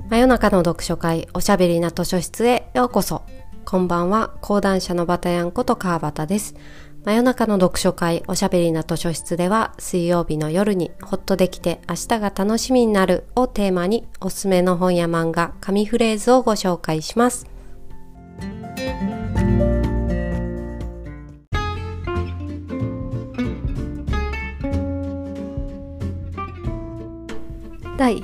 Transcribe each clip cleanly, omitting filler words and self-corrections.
真夜中の読書会おしゃべりな図書室へようこそ。こんばんは、講談社のバタヤンこと川端です。真夜中の読書会おしゃべりな図書室では、水曜日の夜にホッとできて明日が楽しみになるをテーマに、おすすめの本や漫画、紙フレーズをご紹介します。第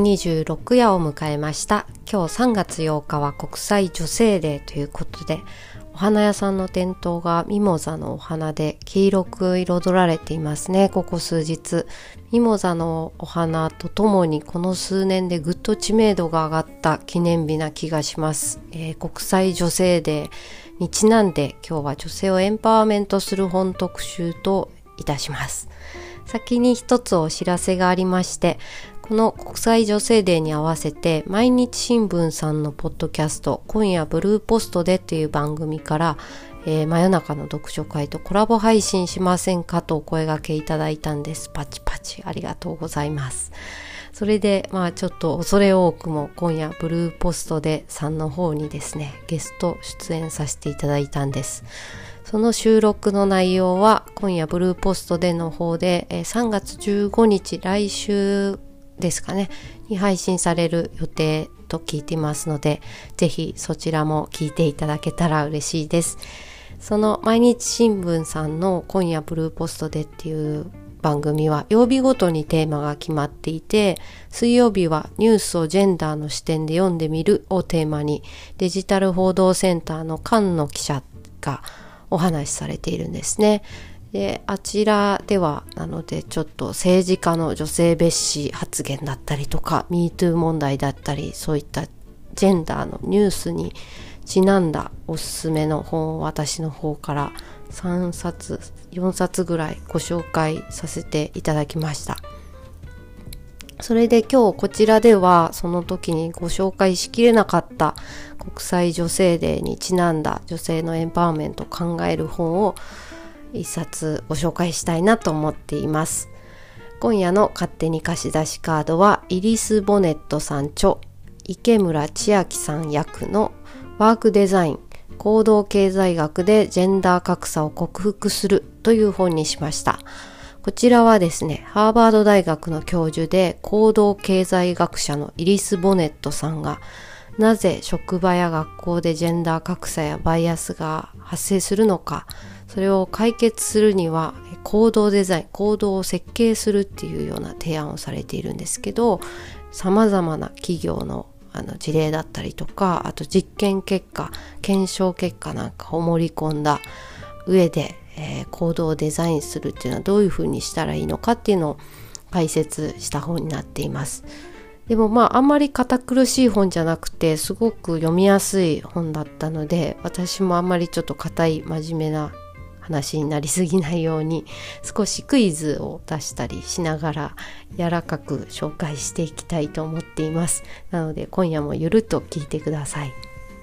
126夜を迎えました。今日3月8日は国際女性デーということで、お花屋さんの店頭がミモザのお花で黄色く彩られていますね。ここ数日ミモザのお花とともにこの数年でぐっと知名度が上がった記念日な気がします。国際女性デーにちなんで今日は女性をエンパワーメントする本特集といたします。先に一つお知らせがありまして、この国際女性デーに合わせて毎日新聞さんのポッドキャスト今夜ブルーポストでという番組から、真夜中の読書会とコラボ配信しませんかとお声掛けいただいたんです。パチパチありがとうございます。それでちょっと恐れ多くも今夜ブルーポストでさんの方にですねゲスト出演させていただいたんです。その収録の内容は今夜ブルーポストでの方で3月15日来週ですかねに配信される予定と聞いていますので、ぜひそちらも聞いていただけたら嬉しいです。その毎日新聞さんの今夜ブルーポストでっていう番組は曜日ごとにテーマが決まっていて、水曜日はニュースをジェンダーの視点で読んでみるをテーマにデジタル報道センターの菅野記者がお話しされているんですね。で、あちらではなのでちょっと政治家の女性蔑視発言だったりとか MeToo 問題だったり、そういったジェンダーのニュースにちなんだおすすめの本を私の方から3冊4冊ぐらいご紹介させていただきました。それで今日こちらではその時にご紹介しきれなかった国際女性デーにちなんだ女性のエンパワーメントを考える本を一冊ご紹介したいなと思っています。今夜の勝手に貸し出しカードはイリス・ボネットさん著、池村千秋さん役のワークデザイン行動経済学でジェンダー格差を克服するという本にしました。こちらはですね、ハーバード大学の教授で行動経済学者のイリス・ボネットさんが、なぜ職場や学校でジェンダー格差やバイアスが発生するのか、それを解決するには行動デザイン、行動を設計するっていうような提案をされているんですけど、様々な企業の事例だったりとか、あと実験結果、検証結果なんかを盛り込んだ上で、行動をデザインするっていうのはどういうふうにしたらいいのかっていうのを解説した本になっています。でもあんまり堅苦しい本じゃなくてすごく読みやすい本だったので、私もあんまりちょっと堅い真面目な話になりすぎないように少しクイズを出したりしながら柔らかく紹介していきたいと思っています。なので今夜もゆるっと聞いてください。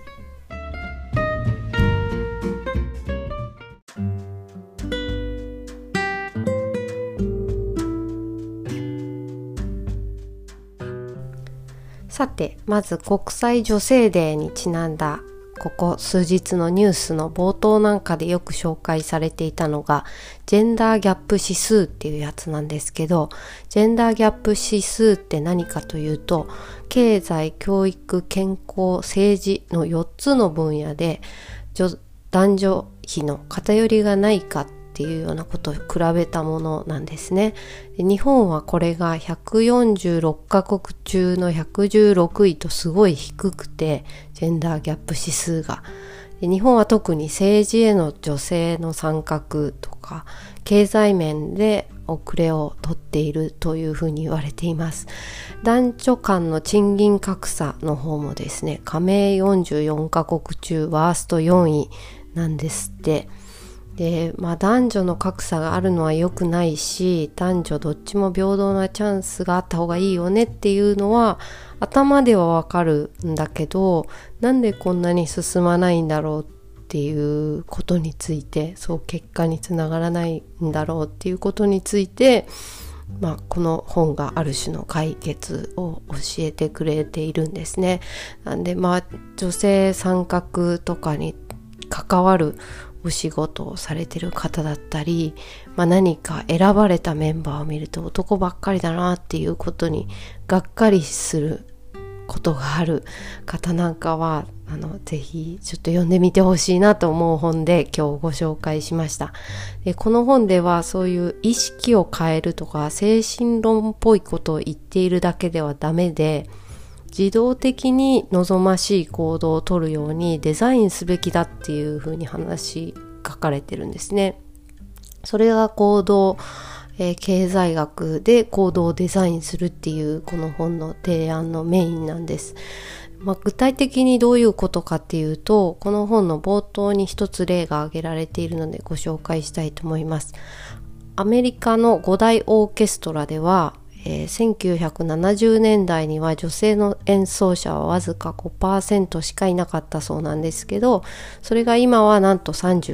さて、まず国際女性デーにちなんだここ数日のニュースの冒頭なんかでよく紹介されていたのがジェンダーギャップ指数っていうやつなんですけど、ジェンダーギャップ指数って何かというと、経済、教育、健康、政治の4つの分野で男女比の偏りがないかっていうようなことを比べたものなんですね。で、日本はこれが146カ国中の116位とすごい低くて、ジェンダーギャップ指数が。で、日本は特に政治への女性の参画とか経済面で遅れをとっているというふうに言われています。男女間の賃金格差の方もですね、加盟44カ国中ワースト4位なんですって。で、男女の格差があるのは良くないし、男女どっちも平等なチャンスがあった方がいいよねっていうのは頭ではわかるんだけど、なんでこんなに進まないんだろうっていうことについて、そう結果につながらないんだろうっていうことについてこの本がある種の解決を教えてくれているんですね。なんで女性参画とかに関わるお仕事をされてる方だったり、何か選ばれたメンバーを見ると男ばっかりだなっていうことにがっかりすることがある方なんかはぜひちょっと読んでみてほしいなと思う本で今日ご紹介しました。でこの本ではそういう意識を変えるとか精神論っぽいことを言っているだけではダメで、自動的に望ましい行動をとるようにデザインすべきだっていうふうに書かれてるんですね。それが行動、経済学で行動をデザインするっていうこの本の提案のメインなんです。具体的にどういうことかっていうと、この本の冒頭に一つ例が挙げられているのでご紹介したいと思います。アメリカの5大オーケストラでは1970年代には女性の演奏者はわずか 5% しかいなかったそうなんですけど、それが今はなんと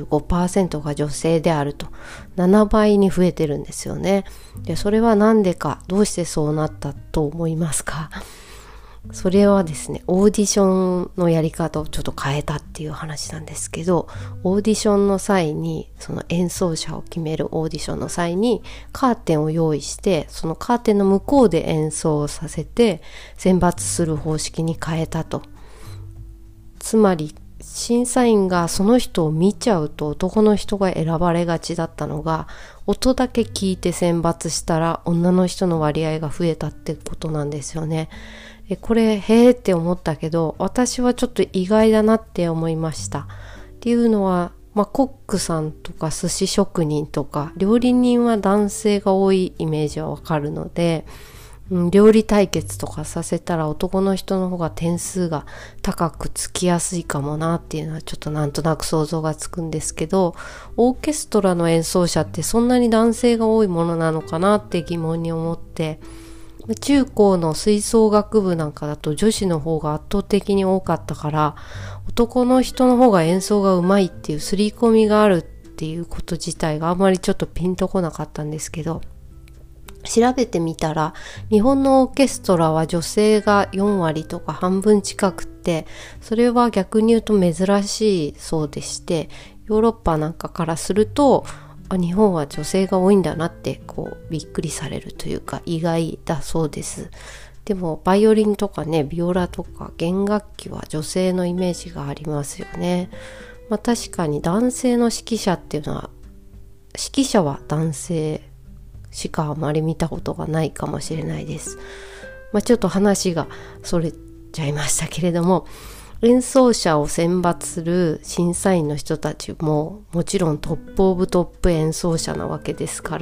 35% が女性であると、7倍に増えてるんですよね。でそれはなんでか、どうしてそうなったと思いますか？それはですね、オーディションのやり方をちょっと変えたっていう話なんですけど、オーディションの際に、その演奏者を決めるオーディションの際にカーテンを用意して、そのカーテンの向こうで演奏させて選抜する方式に変えたと。つまり審査員がその人を見ちゃうと男の人が選ばれがちだったのが、音だけ聞いて選抜したら女の人の割合が増えたってことなんですよね。これへーって思ったけど、私はちょっと意外だなって思いました。っていうのは、コックさんとか寿司職人とか料理人は男性が多いイメージはわかるので、料理対決とかさせたら男の人の方が点数が高くつきやすいかもなっていうのはちょっとなんとなく想像がつくんですけど、オーケストラの演奏者ってそんなに男性が多いものなのかなって疑問に思って、中高の吹奏楽部なんかだと女子の方が圧倒的に多かったから、男の人の方が演奏が上手いっていう刷り込みがあるっていうこと自体があんまりちょっとピンとこなかったんですけど、調べてみたら日本のオーケストラは女性が4割とか半分近くって、それは逆に言うと珍しいそうでして、ヨーロッパなんかからすると日本は女性が多いんだなってびっくりされるというか意外だそうです。でもバイオリンとかね、ビオラとか弦楽器は女性のイメージがありますよね。確かに男性の指揮者っていうのは、指揮者は男性しかあまり見たことがないかもしれないです。ちょっと話がそれちゃいましたけれども、演奏者を選抜する審査員の人たちももちろんトップオブトップ演奏者なわけですから、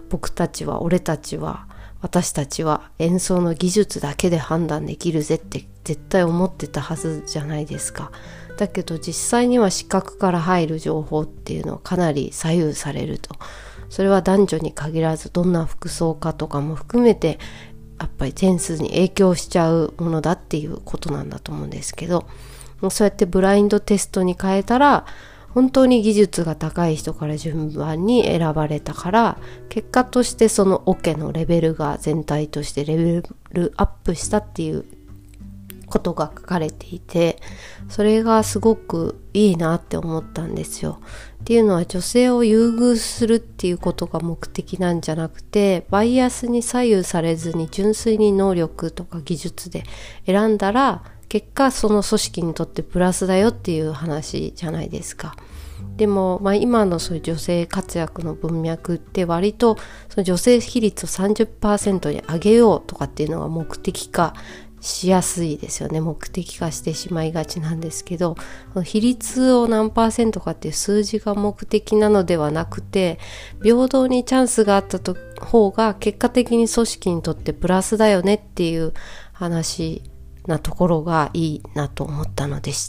私たちは演奏の技術だけで判断できるぜって絶対思ってたはずじゃないですか。だけど実際には視覚から入る情報っていうのはかなり左右されると。それは男女に限らず、どんな服装かとかも含めてやっぱり点数に影響しちゃうものだっていうことなんだと思うんですけど、そうやってブラインドテストに変えたら、本当に技術が高い人から順番に選ばれたから、結果としてそのオケのレベルが全体としてレベルアップしたっていうことが書かれていて、それがすごくいいなって思ったんですよ。っていうのは、女性を優遇するっていうことが目的なんじゃなくて、バイアスに左右されずに純粋に能力とか技術で選んだら、結果その組織にとってプラスだよっていう話じゃないですか。でも、今のそういう女性活躍の文脈って割とその女性比率を 30% に上げようとかっていうのが目的化しやすいですよね。目的化してしまいがちなんですけど、比率を何%かっていう数字が目的なのではなくて、平等にチャンスがあった方が結果的に組織にとってプラスだよねっていう話なところがいいなと思ったのでした。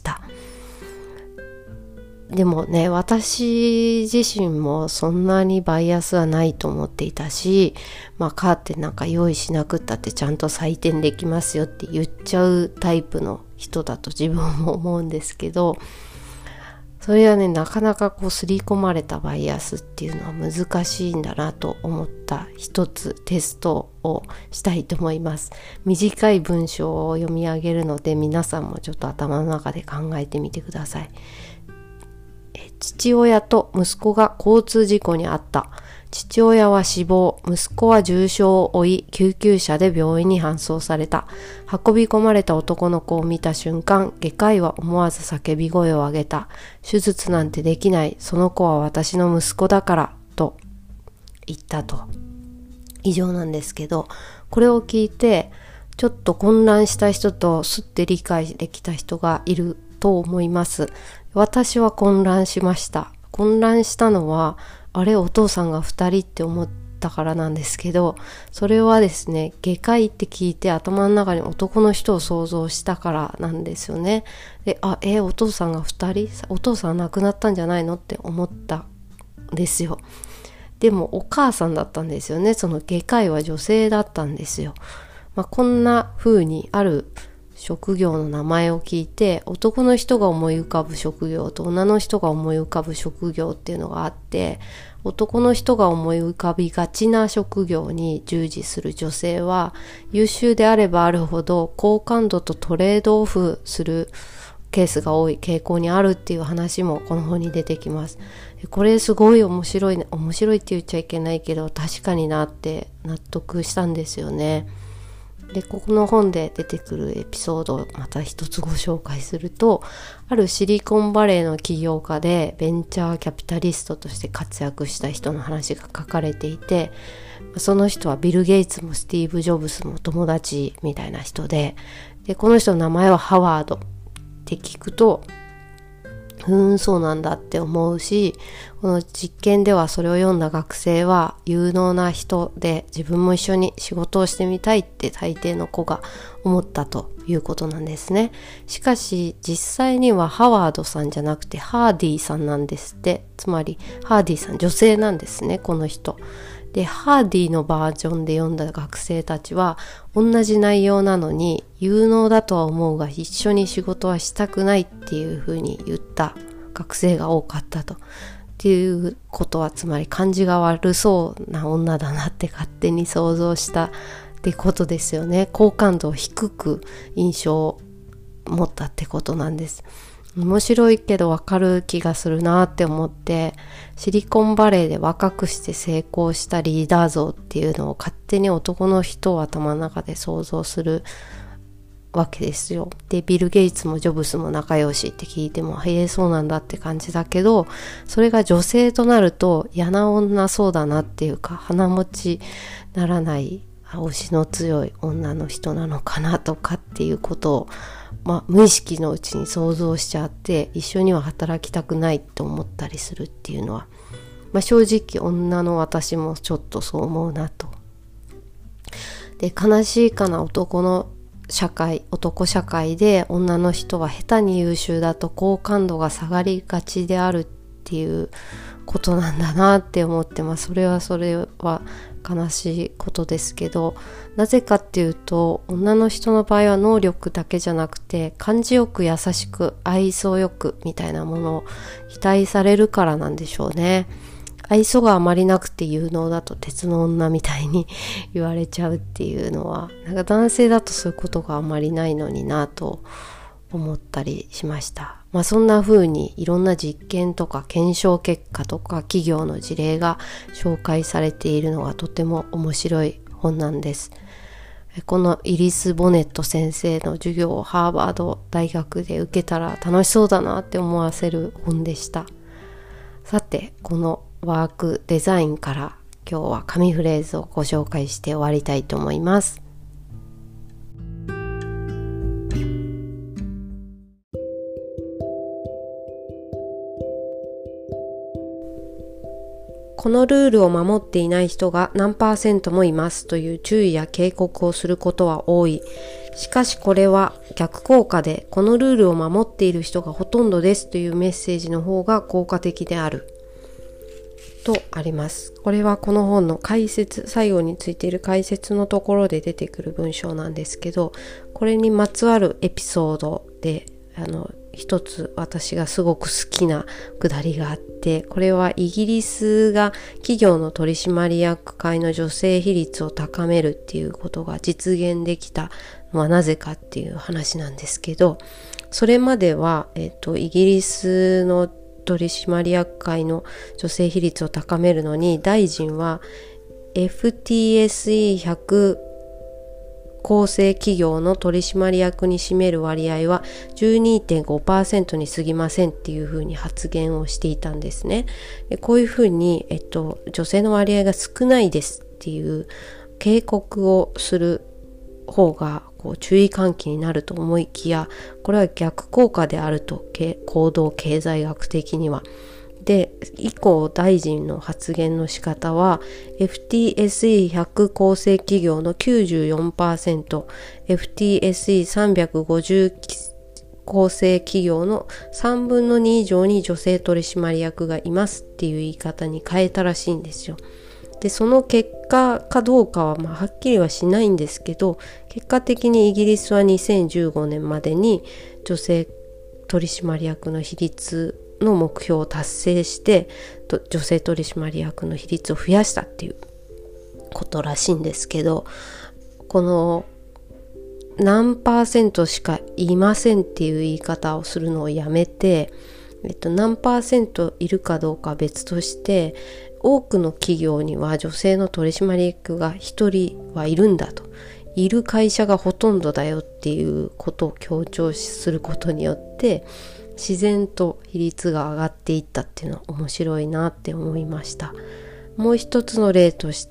でもね、私自身もそんなにバイアスはないと思っていたし、カーテンなんか用意しなくったってちゃんと採点できますよって言っちゃうタイプの人だと自分も思うんですけど、 それはね、なかなか刷り込まれたバイアスっていうのは難しいんだなと思った一つテストをしたいと思います。短い文章を読み上げるので、皆さんもちょっと頭の中で考えてみてください。父親と息子が交通事故に遭った。父親は死亡、息子は重傷を負い、救急車で病院に搬送された。運び込まれた男の子を見た瞬間、外科医は思わず叫び声を上げた。手術なんてできない。その子は私の息子だから、と言ったと。以上なんですけど、これを聞いて、ちょっと混乱した人とすって理解できた人がいると思います。私は混乱しました。混乱したのは、あれお父さんが2人って思ったからなんですけど、それはですね、外科医って聞いて頭の中に男の人を想像したからなんですよね。で、お父さんが2人、お父さん亡くなったんじゃないのって思ったんですよ。でもお母さんだったんですよね。その外科医は女性だったんですよ。こんな風にある職業の名前を聞いて、男の人が思い浮かぶ職業と女の人が思い浮かぶ職業っていうのがあって、男の人が思い浮かびがちな職業に従事する女性は、優秀であればあるほど好感度とトレードオフするケースが多い傾向にあるっていう話もこの本に出てきます。これすごい面白いね。面白いって言っちゃいけないけど、確かになって納得したんですよね。で、ここの本で出てくるエピソードをまた一つご紹介すると、あるシリコンバレーの起業家でベンチャーキャピタリストとして活躍した人の話が書かれていて、その人はビル・ゲイツもスティーブ・ジョブズも友達みたいな人で、この人の名前はハワードって聞くと、そうなんだって思うし、この実験ではそれを読んだ学生は有能な人で自分も一緒に仕事をしてみたいって大抵の子が思ったということなんですね。しかし実際にはハワードさんじゃなくてハーディさんなんですって。つまりハーディさん女性なんですね、この人。で、ハーディのバージョンで読んだ学生たちは同じ内容なのに有能だとは思うが一緒に仕事はしたくないっていうふうに言った学生が多かったと。っていうことは、つまり感じが悪そうな女だなって勝手に想像したってことですよね。好感度を低く印象を持ったってことなんです。面白いけどわかる気がするなって思って、シリコンバレーで若くして成功したリーダー像っていうのを勝手に男の人を頭の中で想像するわけですよ。で、ビル・ゲイツもジョブスも仲良しって聞いても、そうなんだって感じだけど、それが女性となると嫌な女そうだなっていうか、鼻持ちならない推しの強い女の人なのかなとかっていうことを、無意識のうちに想像しちゃって、一緒には働きたくないと思ったりするっていうのは、正直女の私もちょっとそう思うなと。で、悲しいかな男社会で女の人は下手に優秀だと好感度が下がりがちであるっていうことなんだなって思ってます。それは悲しいことですけど、なぜかっていうと、女の人の場合は能力だけじゃなくて感じよく優しく愛想よくみたいなものを期待されるからなんでしょうね。愛想があまりなくて有能だと鉄の女みたいに言われちゃうっていうのは、男性だとそういうことがあまりないのになと思ったりしました。そんな風にいろんな実験とか検証結果とか企業の事例が紹介されているのがとても面白い本なんです。このイリス・ボネット先生の授業をハーバード大学で受けたら楽しそうだなって思わせる本でした。さて、このワークデザインから今日は紙フレーズをご紹介して終わりたいと思います。このルールを守っていない人が何%もいますという注意や警告をすることは多い。しかしこれは逆効果で、このルールを守っている人がほとんどですというメッセージの方が効果的であるとあります。これはこの本の解説、最後についている解説のところで出てくる文章なんですけど、これにまつわるエピソードで一つ私がすごく好きなくだりがあって、これはイギリスが企業の取締役会の女性比率を高めるっていうことが実現できたのはなぜかっていう話なんですけど、それまでは、イギリスの取締役会の女性比率を高めるのに、大臣は FTSE100構成企業の取締役に占める割合は 12.5% に過ぎませんっていうふうに発言をしていたんですね。でこういうふうに、女性の割合が少ないですっていう警告をする方が注意喚起になると思いきや、これは逆効果であると、行動経済学的には。で、以降大臣の発言の仕方は FTSE100 構成企業の 94%、FTSE350 構成企業の3分の2以上に女性取締役がいますっていう言い方に変えたらしいんですよ。で、その結果かどうかははっきりはしないんですけど、結果的にイギリスは2015年までに女性取締役の比率の目標を達成して、女性取締役の比率を増やしたっていうことらしいんですけど、この何%しかいませんっていう言い方をするのをやめて、何%いるかどうかは別として、多くの企業には女性の取締役が1人はいるんだと、いる会社がほとんどだよっていうことを強調することによって、自然と比率が上がっていったっていうのは面白いなって思いました。もう一つの例として、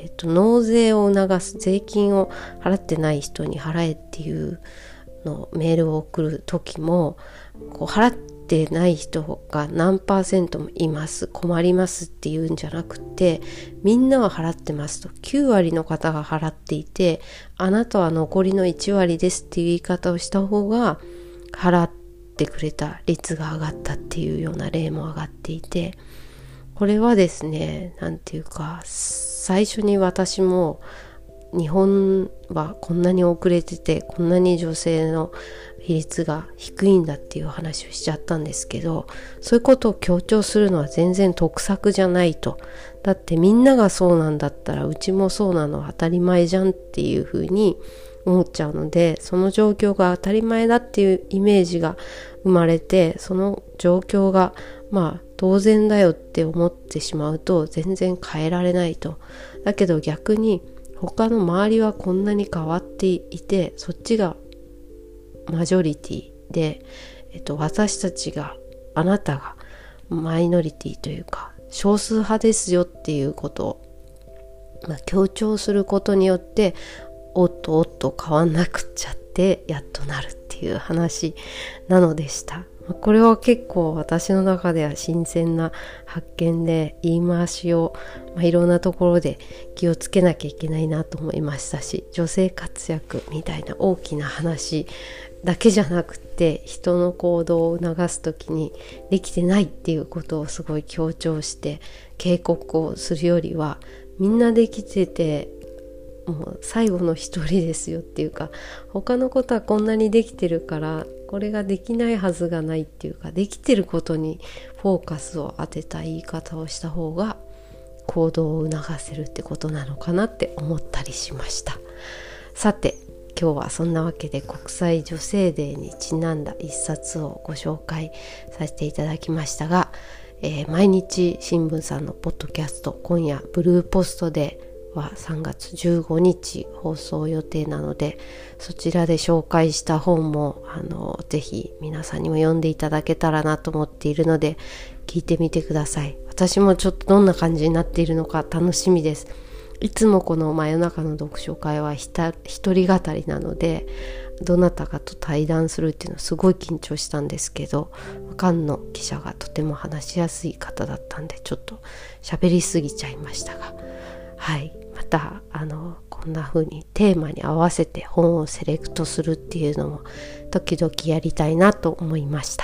納税を促す、税金を払ってない人に払えっていうのメールを送る時も、払ってない人が何%もいます、困りますっていうんじゃなくて、みんなは払ってますと、9割の方が払っていて、あなたは残りの1割ですっていう言い方をした方が、払ってくれた率が上がったっていうような例も上がっていて、これはですね、なんていうか、最初に私も日本はこんなに遅れてて、こんなに女性の比率が低いんだっていう話をしちゃったんですけど、そういうことを強調するのは全然得策じゃないと。だってみんながそうなんだったら、うちもそうなのは当たり前じゃんっていうふうに思っちゃうので、その状況が当たり前だっていうイメージが生まれて、その状況が当然だよって思ってしまうと全然変えられないと。だけど逆に他の周りはこんなに変わっていて、そっちがマジョリティで、私たちが、あなたがマイノリティというか少数派ですよっていうことを、強調することによって、おっとおっと変わんなくっちゃってやっとなるっていう話なのでした。これは結構私の中では新鮮な発見で、言い回しを、いろんなところで気をつけなきゃいけないなと思いましたし、女性活躍みたいな大きな話だけじゃなくて、人の行動を促す時にできてないっていうことをすごい強調して警告をするよりは、みんなできててもう最後の一人ですよっていうか、他のことはこんなにできてるからこれができないはずがないっていうか、できてることにフォーカスを当てた言い方をした方が行動を促せるってことなのかなって思ったりしました。さて今日はそんなわけで国際女性デーにちなんだ一冊をご紹介させていただきましたが、毎日新聞さんのポッドキャスト、今夜ブルーポストでは3月15日放送予定なので、そちらで紹介した本もぜひ皆さんにも読んでいただけたらなと思っているので、聞いてみてください。私もちょっとどんな感じになっているのか楽しみです。いつもこの真夜中の読書会は一人語りなので、どなたかと対談するっていうのはすごい緊張したんですけど、菅野記者がとても話しやすい方だったんで、ちょっと喋りすぎちゃいましたが、はい、またこんな風にテーマに合わせて本をセレクトするっていうのも時々やりたいなと思いました。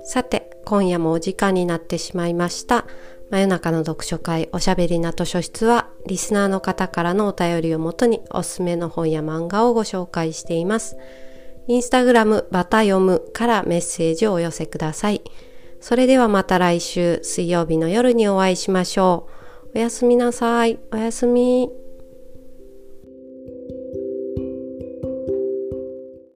さて、今夜もお時間になってしまいました。真夜中の読書会おしゃべりな図書室は、リスナーの方からのお便りをもとにおすすめの本や漫画をご紹介しています。インスタグラムバタ読むからメッセージをお寄せください。それではまた来週水曜日の夜にお会いしましょう。おやすみなさい。おやすみ。